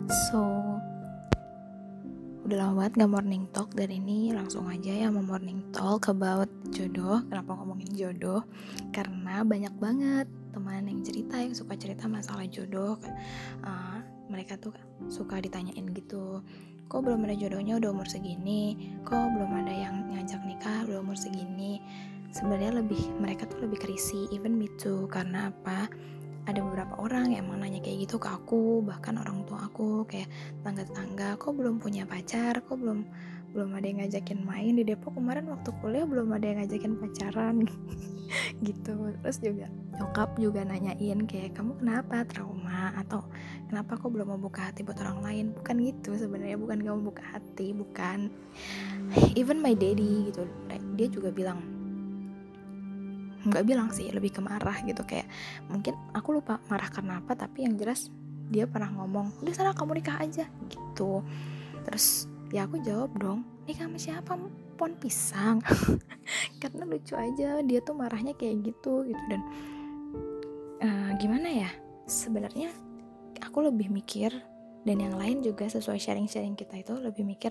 So, udah lama banget gak morning talk, dan ini langsung aja ya mau morning talk about jodoh. Kenapa ngomongin jodoh? Karena banyak banget teman yang suka cerita masalah jodoh. Mereka tuh suka ditanyain gitu, kok belum ada jodohnya udah umur segini, kok belum ada yang ngajak nikah udah umur segini. Sebenarnya mereka tuh lebih kerisi, even me too. Karena apa? Ada beberapa orang yang emang nanya kayak gitu ke aku, bahkan orang tua aku, kayak tangga-tangga, kok belum punya pacar, kok belum ada yang ngajakin main di Depok kemarin waktu kuliah, belum ada yang ngajakin pacaran gitu. Terus juga nyokap juga nanyain kayak, kamu kenapa, trauma, atau kenapa kok belum mau buka hati buat orang lain. Bukan gitu sebenarnya, bukan gak mau buka hati, bukan. Even my daddy gitu, dia juga bilang, nggak bilang sih, lebih ke marah gitu. Kayak mungkin aku lupa marah karena apa, tapi yang jelas dia pernah ngomong, udah sana kamu nikah aja gitu. Terus ya aku jawab dong, nikah sama siapa, pohon pisang. Karena lucu aja dia tuh marahnya kayak gitu. Dan gimana ya, sebenarnya aku lebih mikir, dan yang lain juga sesuai sharing kita itu lebih mikir,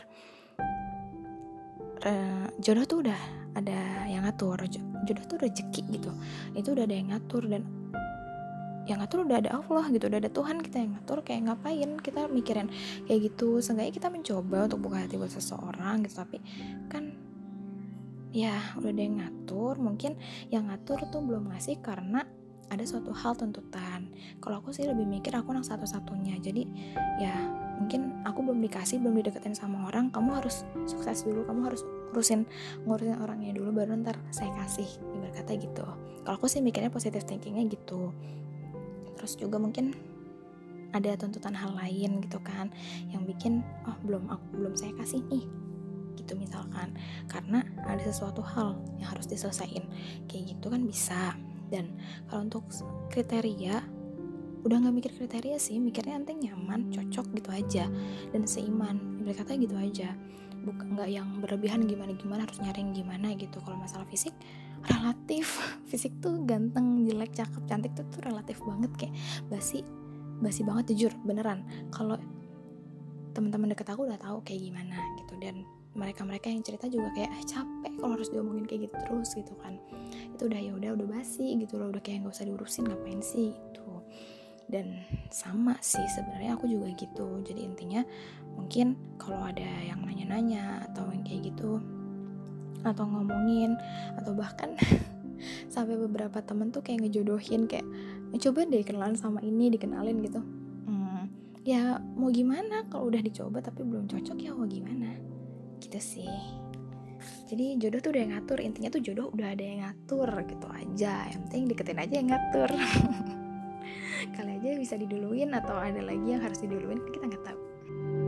jodoh tuh udah ada yang ngatur, jodoh tuh rezeki gitu, itu udah ada yang ngatur, dan yang ngatur udah ada Allah gitu, udah ada Tuhan, kita yang ngatur. Kayak ngapain kita mikirin kayak gitu. Seenggaknya kita mencoba untuk buka hati buat seseorang gitu, tapi kan ya udah ada yang ngatur. Mungkin yang ngatur tuh belum ngasih karena ada suatu hal tuntutan. Kalau aku sih lebih mikir aku anak satu-satunya, jadi ya mungkin aku belum dikasih, belum dideketin sama orang, kamu harus sukses dulu, kamu harus ngurusin orangnya dulu, baru ntar saya kasih, ibarat kata gitu. Kalau aku sih mikirnya positive thinkingnya gitu. Terus juga mungkin ada tuntutan hal lain gitu kan, yang bikin belum saya kasih nih gitu misalkan, karena ada sesuatu hal yang harus diselesaikan kayak gitu kan bisa. Dan kalau untuk kriteria, udah nggak mikir kriteria sih, mikirnya nanti nyaman, cocok gitu aja, dan seiman, berkata gitu aja. Bukan nggak yang berlebihan gimana harus nyari yang gimana gitu. Kalau masalah fisik relatif, fisik tuh ganteng, jelek, cakep, cantik tuh relatif banget, kayak basi banget, jujur beneran. Kalau teman-teman deket aku udah tahu kayak gimana gitu, dan mereka yang cerita juga kayak capek kalau harus diomongin kayak gitu terus gitu kan. Itu udah basi gitu loh, udah kayak nggak usah diurusin, ngapain sih gitu. Dan sama sih sebenarnya aku juga gitu. Jadi intinya mungkin kalau ada yang nanya-nanya atau yang kayak gitu, atau ngomongin, atau bahkan sampai beberapa temen tuh kayak ngejodohin, kayak coba deh kenalan sama ini, dikenalin gitu. Ya mau gimana, kalau udah dicoba tapi belum cocok ya mau gimana gitu sih. Jadi jodoh tuh udah yang ngatur, intinya tuh jodoh udah ada yang ngatur gitu aja. Yang penting deketin aja yang ngatur. Kali aja bisa diduluin, atau ada lagi yang harus diduluin, kita nggak tahu.